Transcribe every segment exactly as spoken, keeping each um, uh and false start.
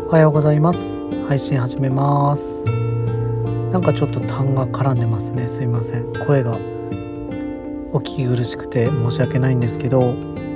おはようございます。配信始めます。なんかちょっと痰が絡んでますね。すいません。声がお聞き苦しくて申し訳ないんですけど、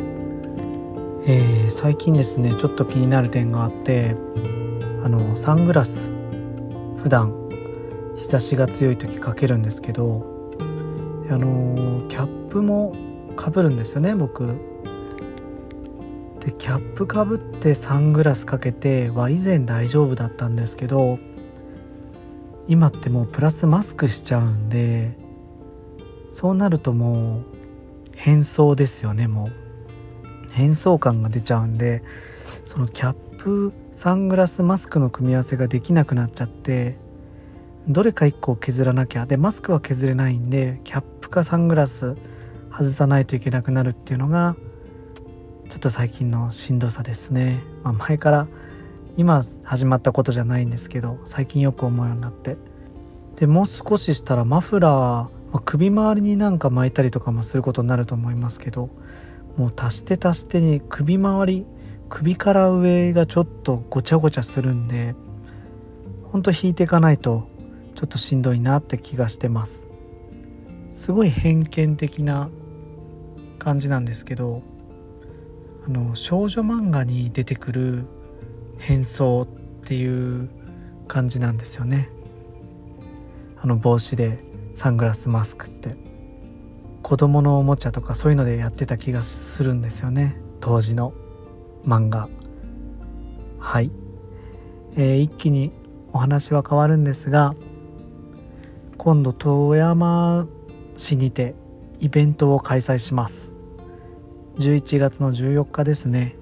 えー、最近ですねちょっと気になる点があって、あのサングラス普段日差しが強い時かけるんですけど、あのキャップもかぶるんですよね僕で。キャップかぶってサングラスかけては以前大丈夫だったんですけど、今ってもうプラスマスクしちゃうんで、そうなるともう変装ですよね。もう変装感が出ちゃうんで、そのキャップサングラスマスクの組み合わせができなくなっちゃって、どれか一個を削らなきゃ。でマスクは削れないんで、キャップかサングラス外さないといけなくなるっていうのがちょっと最近のしんどさですね。まあ、前から今始まったことじゃないんですけど、最近よく思うようになって、でもう少ししたらマフラー、まあ、首周りになんか巻いたりとかもすることになると思いますけど、もう足して足してに首周り首から上がちょっとごちゃごちゃするんで、ほんと引いていかないとちょっとしんどいなって気がしてます。すごい偏見的な感じなんですけど、あの少女漫画に出てくる変装っていう感じなんですよね。あの帽子でサングラスマスクって子供のおもちゃとかそういうのでやってた気がするんですよね、当時の漫画。はい、えー、一気にお話は変わるんですが、今度富山市にてイベントを開催します。じゅういちがつのじゅうよっかですね。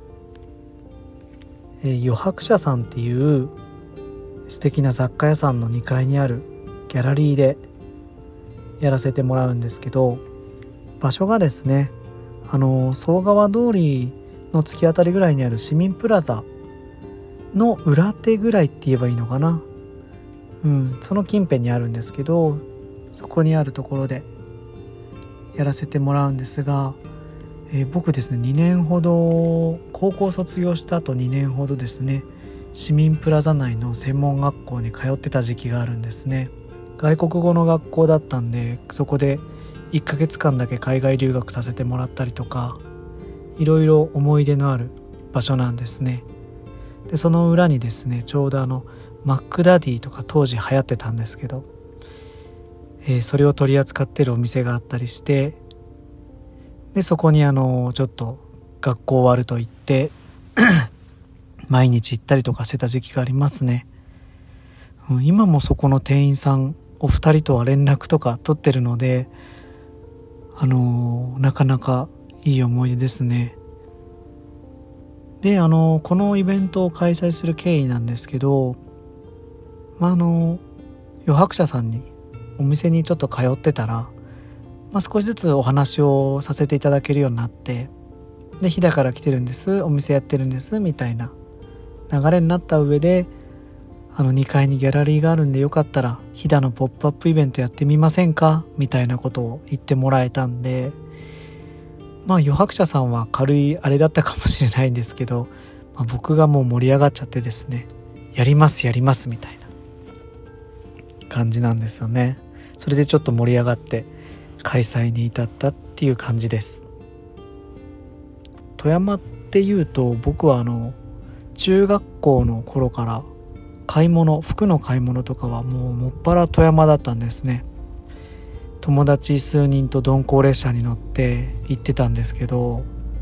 えー、余白社さんっていう素敵な雑貨屋さんのにかいにあるギャラリーでやらせてもらうんですけど、場所がですね、あの総川通りの突き当たりぐらいにある市民プラザの裏手ぐらいって言えばいいのかな、うん、その近辺にあるんですけど、そこにあるところでやらせてもらうんですが、えー、僕ですねにねんほど、高校卒業した後にねんほどですね、市民プラザ内の専門学校に通ってた時期があるんですね。外国語の学校だったんで、そこでいっかげつかんだけ海外留学させてもらったりとか、いろいろ思い出のある場所なんですね。でその裏にですね、ちょうどあのマックダディとか当時流行ってたんですけど、えー、それを取り扱ってるお店があったりして、でそこにあのちょっと学校終わると行って毎日行ったりとかしてた時期がありますね、うん、今もそこの店員さんお二人とは連絡とか取ってるので、あのー、なかなかいい思い出ですね。であのー、このイベントを開催する経緯なんですけど、まあ、あの余白社さんにお店にちょっと通ってたら、まあ、少しずつお話をさせていただけるようになって、で飛騨から来てるんです、お店やってるんですみたいな流れになった上で、あのにかいにギャラリーがあるんで、よかったら飛騨のポップアップイベントやってみませんかみたいなことを言ってもらえたんで、まあ余白社さんは軽いあれだったかもしれないんですけど、まあ、僕がもう盛り上がっちゃってですね、やりますやりますみたいな感じなんですよね。それでちょっと盛り上がって開催に至ったっていう感じです。富山っていうと、僕はあの中学校の頃から買い物、服の買い物とかはもうもっぱら富山だったんですね。友達数人と鈍行列車に乗って行ってたんですけど、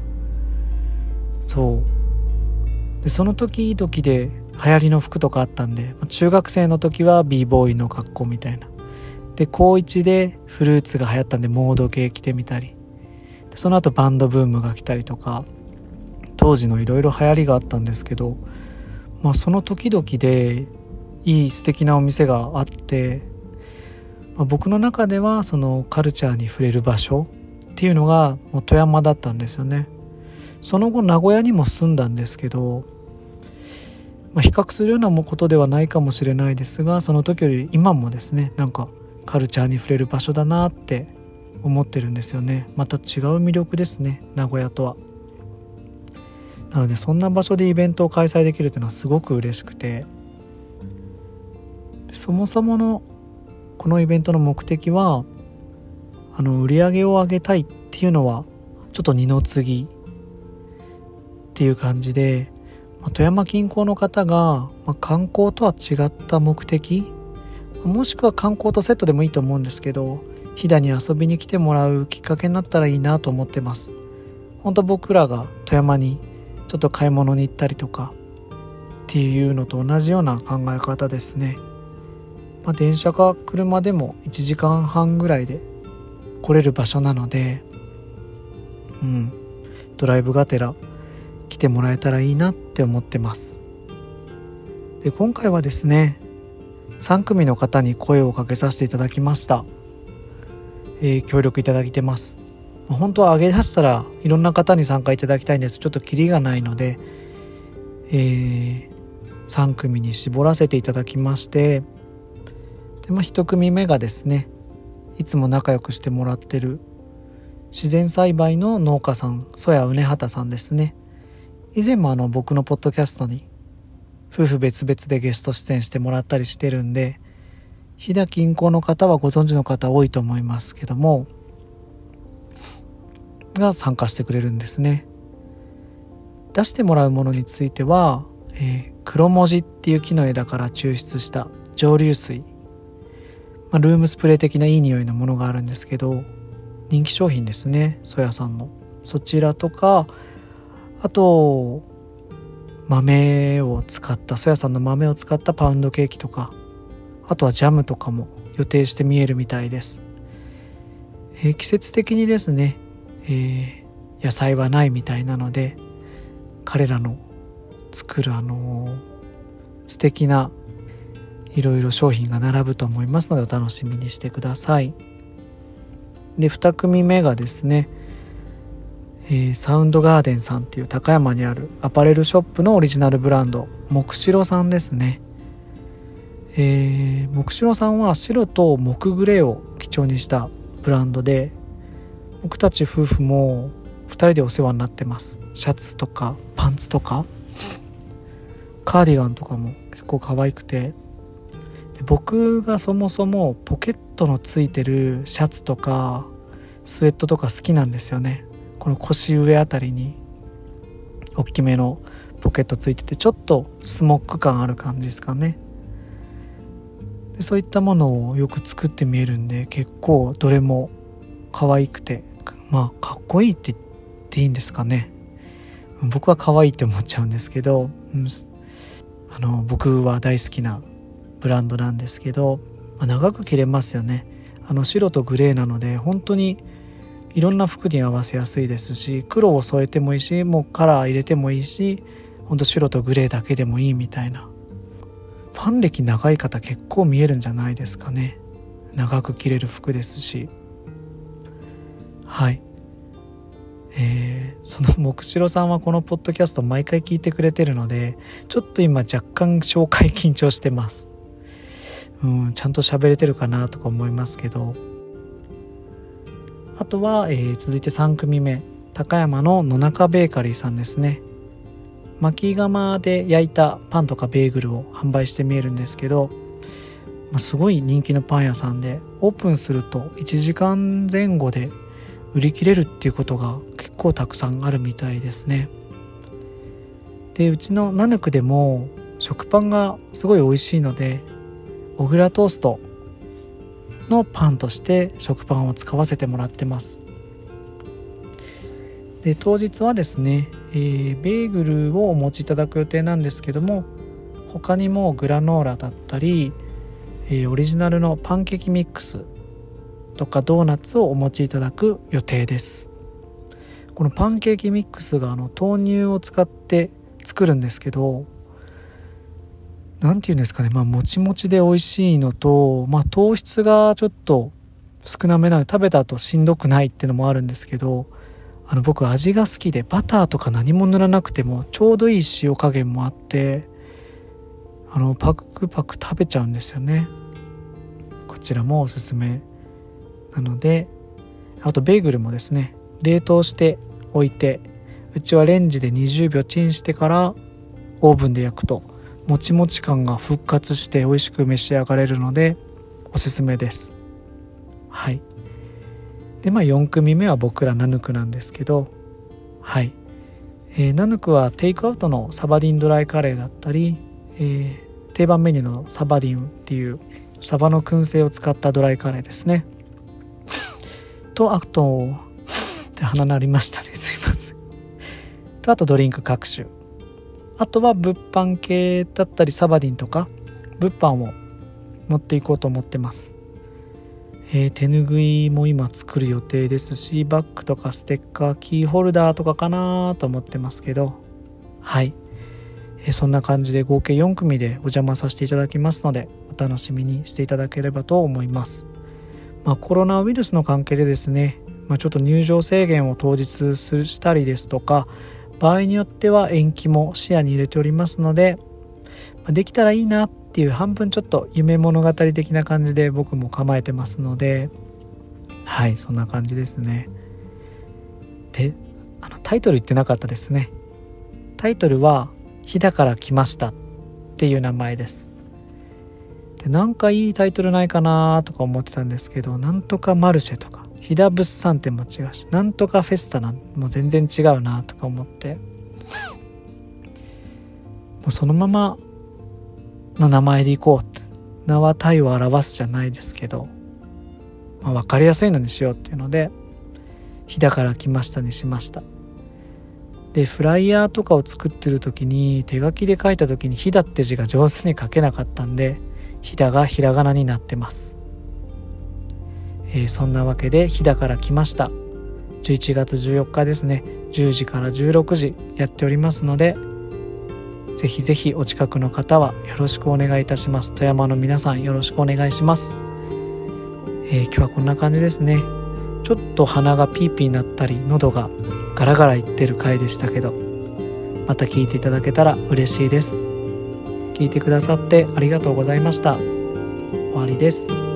そうでその時々で流行りの服とかあったんで、中学生の時は b ボーイの格好みたいなで、高いちでフルーツが流行ったんでモード系着てみたり、でその後バンドブームが来たりとか、当時のいろいろ流行りがあったんですけど、まあその時々でいい素敵なお店があって、まあ、僕の中ではそのカルチャーに触れる場所っていうのがもう富山だったんですよね。その後名古屋にも住んだんですけど、まあ、比較するようなことではないかもしれないですが、その時より今もですね、なんかカルチャーに触れる場所だなって思ってるんですよね。また違う魅力ですね、名古屋とは。 なのでそんな場所でイベントを開催できるというのはすごく嬉しくて、そもそものこのイベントの目的はあの売り上げを上げたいっていうのはちょっと二の次っていう感じで、まあ、富山近郊の方が、まあ、観光とは違った目的、もしくは観光とセットでもいいと思うんですけど、飛騨に遊びに来てもらうきっかけになったらいいなと思ってます。本当僕らが富山にちょっと買い物に行ったりとかっていうのと同じような考え方ですね。まあ、電車か車でもいちじかんはんぐらいで来れる場所なので、うん、ドライブがてら来てもらえたらいいなって思ってます。で、今回はですね、さんくみの方に声をかけさせていただきました。えー、協力いただいてます。本当は上げ出したらいろんな方に参加いただきたいんです。ちょっとキリがないので、えー、さんくみに絞らせていただきまして、で、まあ、いち組目がですね、いつも仲良くしてもらってる自然栽培の農家さん、曽谷畝畑さんですね。以前もあの僕のポッドキャストに夫婦別々でゲスト出演してもらったりしてるんで、飛騨近郊の方はご存知の方多いと思いますけども、が参加してくれるんですね。出してもらうものについては、えー、黒文字っていう木の枝から抽出した蒸留水、まあ、ルームスプレー的ないい匂いのものがあるんですけど、人気商品ですね、曽谷さんの。そちらとか、あと豆を使った曽谷さんの豆を使ったパウンドケーキとか、あとはジャムとかも予定して見えるみたいです。えー、季節的にですね、えー、野菜はないみたいなので、彼らの作るあのー、素敵ないろいろ商品が並ぶと思いますので、お楽しみにしてください。で、に組目がですね、えー、サウンドガーデンさんっていう高山にあるアパレルショップのオリジナルブランド、木白さんですね。えー、木白さんは白と木グレーを基調にしたブランドで、僕たち夫婦もふたりでお世話になってます。シャツとかパンツとかカーディガンとかも結構可愛くて、で、僕がそもそもポケットのついてるシャツとかスウェットとか好きなんですよね。この腰上あたりに大きめのポケットついてて、ちょっとスモック感ある感じですかね。で、そういったものをよく作って見えるんで、結構どれも可愛くて、まあかっこいいって言っていいんですかね。僕は可愛いって思っちゃうんですけど、うん、あの僕は大好きなブランドなんですけど、まあ、長く着れますよね。あの白とグレーなので本当にいろんな服に合わせやすいですし、黒を添えてもいいし、もうカラー入れてもいいし、本当白とグレーだけでもいいみたいな。ファン歴長い方結構見えるんじゃないですかね。長く着れる服ですし、はい、えー、その木白さんはこのポッドキャスト毎回聞いてくれてるので、ちょっと今若干紹介緊張してます。うん、ちゃんと喋れてるかなとか思いますけど、あとは、えー、続いてさん組目、高山の野中ベーカリーさんですね。巻き窯で焼いたパンとかベーグルを販売して見えるんですけど、まあ、すごい人気のパン屋さんで、オープンするといちじかんぜん後で売り切れるっていうことが結構たくさんあるみたいですね。で、うちのナヌクでも食パンがすごい美味しいので、小倉トーストのパンとして食パンを使わせてもらってます。で、当日はですね、えー、ベーグルをお持ちいただく予定なんですけども、他にもグラノーラだったり、えー、オリジナルのパンケーキミックスとかドーナツをお持ちいただく予定です。このパンケーキミックスがあの豆乳を使って作るんですけど、なんていうんですかね、まあもちもちで美味しいのと、まあ糖質がちょっと少なめなので食べた後しんどくないっていうのもあるんですけど、あの僕味が好きで、バターとか何も塗らなくてもちょうどいい塩加減もあって、あのパクパク食べちゃうんですよね。こちらもおすすめなので、あとベーグルもですね、冷凍しておいてうちはレンジでにじゅうびょうチンしてからオーブンで焼くともちもち感が復活して美味しく召し上がれるのでおすすめです。はい。でまあよん組目は僕らナヌクなんですけど、はい、えー、ナヌクはテイクアウトのサバディンドライカレーだったり、えー、定番メニューのサバディンっていうサバの燻製を使ったドライカレーですね。とあとって鼻鳴りましたね、すいません。とあとドリンク各種、あとは物販系だったりサバディンとか物販を持っていこうと思ってます。えー、手ぬぐいも今作る予定ですし、バッグとかステッカー、キーホルダーとかかなと思ってますけど、はい、えー、そんな感じで合計よん組でお邪魔させていただきますのでお楽しみにしていただければと思います。まあ、コロナウイルスの関係でですね、まあ、ちょっと入場制限を当日したりですとか、場合によっては延期も視野に入れておりますので、まあ、できたらいいなっていう半分ちょっと夢物語的な感じで僕も構えてますので、はい、そんな感じですね。で、あのタイトル言ってなかったですね。タイトルは飛騨から来ましたっていう名前です。で、なんかいいタイトルないかなとか思ってたんですけど、なんとかマルシェとか飛騨物産展も違うし、なんとかフェスタなんもう全然違うなとか思って、もうそのままの名前でいこうって、名は体を表すじゃないですけど、まあ、分かりやすいのにしようっていうので飛騨から来ましたにしました。でフライヤーとかを作ってる時に手書きで書いた時に飛騨って字が上手に書けなかったんで、飛騨がひらがなになってます。えー、そんなわけで飛騨から来ましたじゅういちがつじゅうよっかですね、じゅうじからじゅうろくじやっておりますので、ぜひぜひお近くの方はよろしくお願いいたします。富山の皆さんよろしくお願いします。えー、今日はこんな感じですね。ちょっと鼻がピーピー鳴ったり喉がガラガラいってる回でしたけど、また聞いていただけたら嬉しいです。聞いてくださってありがとうございました。終わりです。